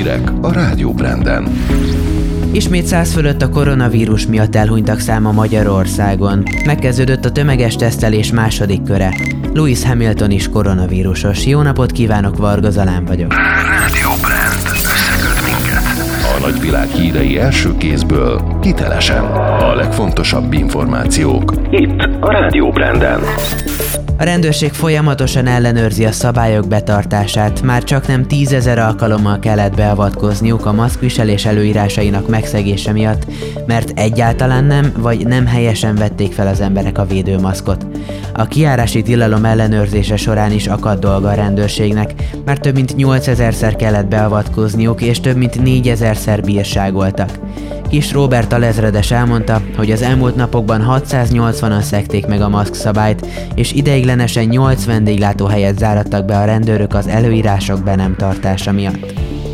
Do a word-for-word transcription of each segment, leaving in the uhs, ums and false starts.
hírek a Rádió Branden. Ismét száz fölött a koronavírus miatt elhunytak száma Magyarországon. Megkezdődött a tömeges tesztelés második köre. Lewis Hamilton is koronavírusos. Jó napot kívánok, Varga Zalán vagyok. Rádió Brand. Összeköt minket. A nagyvilág hírei első kézből, hitelesen. A legfontosabb információk itt a Rádió Branden. A rendőrség folyamatosan ellenőrzi a szabályok betartását, már csak nem tízezer alkalommal kellett beavatkozniuk a maszkviselés előírásainak megszegése miatt, mert egyáltalán nem, vagy nem helyesen vették fel az emberek a védőmaszkot. A kijárási tilalom ellenőrzése során is akadt dolga a rendőrségnek, már több mint nyolcezerszer kellett beavatkozniuk, és több mint négyezerszer bírságoltak. Kis Róbert alezredes elmondta, hogy az elmúlt napokban hatszáznyolcvanan szegték meg a maszkszabályt, és ideiglenesen nyolc vendéglátóhelyet zárattak be a rendőrök az előírások be nem tartása miatt.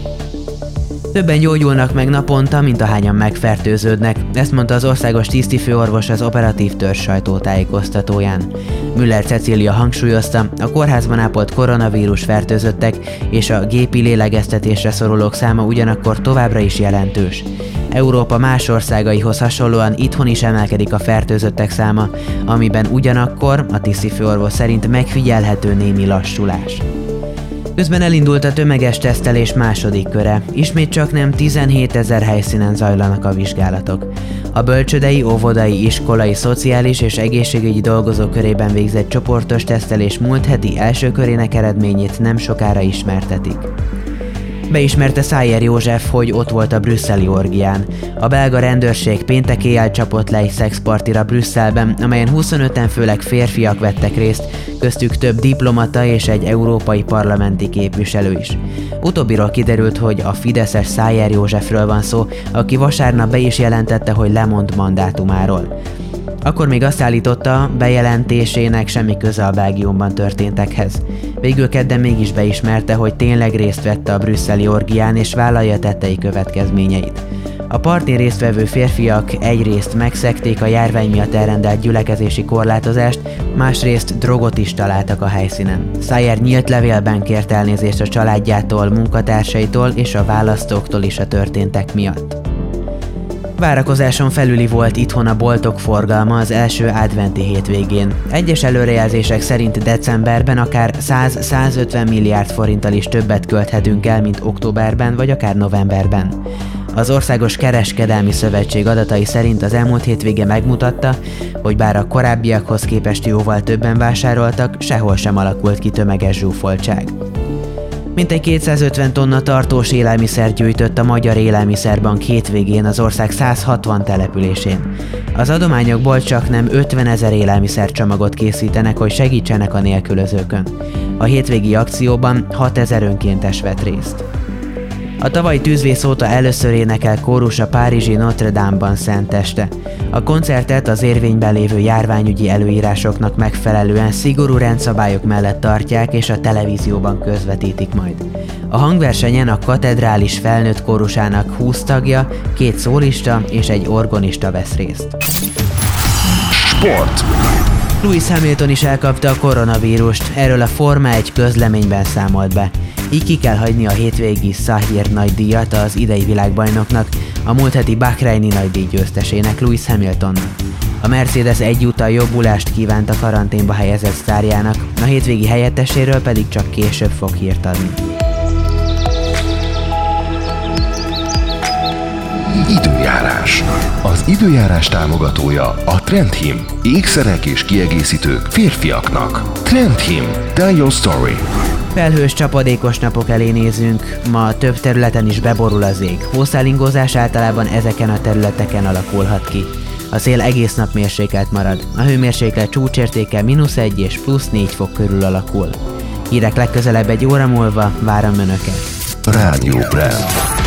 Többen gyógyulnak meg naponta, mint ahányan megfertőződnek, ezt mondta az országos tisztifőorvos az operatív törzs sajtótájékoztatóján. Müller Cecília hangsúlyozta, a kórházban ápolt koronavírus fertőzöttek és a gépi lélegeztetésre szorulók száma ugyanakkor továbbra is jelentős. Európa más országaihoz hasonlóan itthon is emelkedik a fertőzöttek száma, amiben ugyanakkor a tisztifőorvos szerint megfigyelhető némi lassulás. Közben elindult a tömeges tesztelés második köre, ismét csak nem tizenhétezer helyszínen zajlanak a vizsgálatok. A bölcsődei, óvodai, iskolai, szociális és egészségügyi dolgozók körében végzett csoportos tesztelés múlt heti első körének eredményét nem sokára ismertetik. Beismerte Szájer József, hogy ott volt a brüsszeli orgián. A belga rendőrség péntek éjjel csapott le egy szexpartira Brüsszelben, amelyen huszonöten főleg férfiak vettek részt, köztük több diplomata és egy európai parlamenti képviselő is. Utóbbiról kiderült, hogy a fideszes Szájer Józsefről van szó, aki vasárnap be is jelentette, hogy lemond mandátumáról. Akkor még azt állította, bejelentésének semmi köze a Belgiumban történtekhez. Végül kedden mégis beismerte, hogy tényleg részt vette a brüsszeli orgián és vállalja tettei következményeit. A partin résztvevő férfiak egyrészt megszegték a járvány miatt elrendelt gyülekezési korlátozást, másrészt drogot is találtak a helyszínen. Szájer nyílt levélben kért elnézést a családjától, munkatársaitól és a választóktól is a történtek miatt. Várakozáson felüli volt itthon a boltok forgalma az első adventi hétvégén. Egyes előrejelzések szerint decemberben akár száz-százötven milliárd forinttal is többet költhetünk el, mint októberben vagy akár novemberben. Az Országos Kereskedelmi Szövetség adatai szerint az elmúlt hétvége megmutatta, hogy bár a korábbiakhoz képest jóval többen vásároltak, sehol sem alakult ki tömeges zsúfoltság. Mintegy kétszázötven tonna tartós élelmiszer gyűjtött a Magyar Élelmiszerbank hétvégén az ország száz hatvan településén. Az adományokból csak nem ötvenezer élelmiszercsomagot készítenek, hogy segítsenek a nélkülözőkön. A hétvégi akcióban hatezer önkéntes vett részt. A tavalyi tűzvész óta először énekel kórus a párizsi Notre Dame-ban szenteste. A koncertet az érvényben lévő járványügyi előírásoknak megfelelően szigorú rendszabályok mellett tartják és a televízióban közvetítik majd. A hangversenyen a katedrális felnőtt kórusának húsz tagja, két szólista és egy orgonista vesz részt. Sport. Lewis Hamilton is elkapta a koronavírust, erről a Forma egy közleményben számolt be. Így ki kell hagyni a hétvégi Szahír nagydíjat az idei világbajnoknak, a múlt heti Bahreini nagydíj győztesének, Lewis Hamiltonnak. A Mercedes egyúttal jobbulást kívánt a karanténba helyezett sztárjának, a hétvégi helyetteséről pedig csak később fog hírt adni. Időjárás. Az időjárás támogatója a Trendhim. Ékszerek és kiegészítők férfiaknak. Trendhim. Tell your story. Felhős, csapadékos napok elé nézünk, ma több területen is beborul az ég. Hószálingózás általában ezeken a területeken alakulhat ki. A szél egész nap mérsékelt marad. A hőmérséklet csúcsértéke mínusz egy és plusz négy fok körül alakul. Hírek legközelebb egy óra múlva, várom Önöket. Rádió Brand.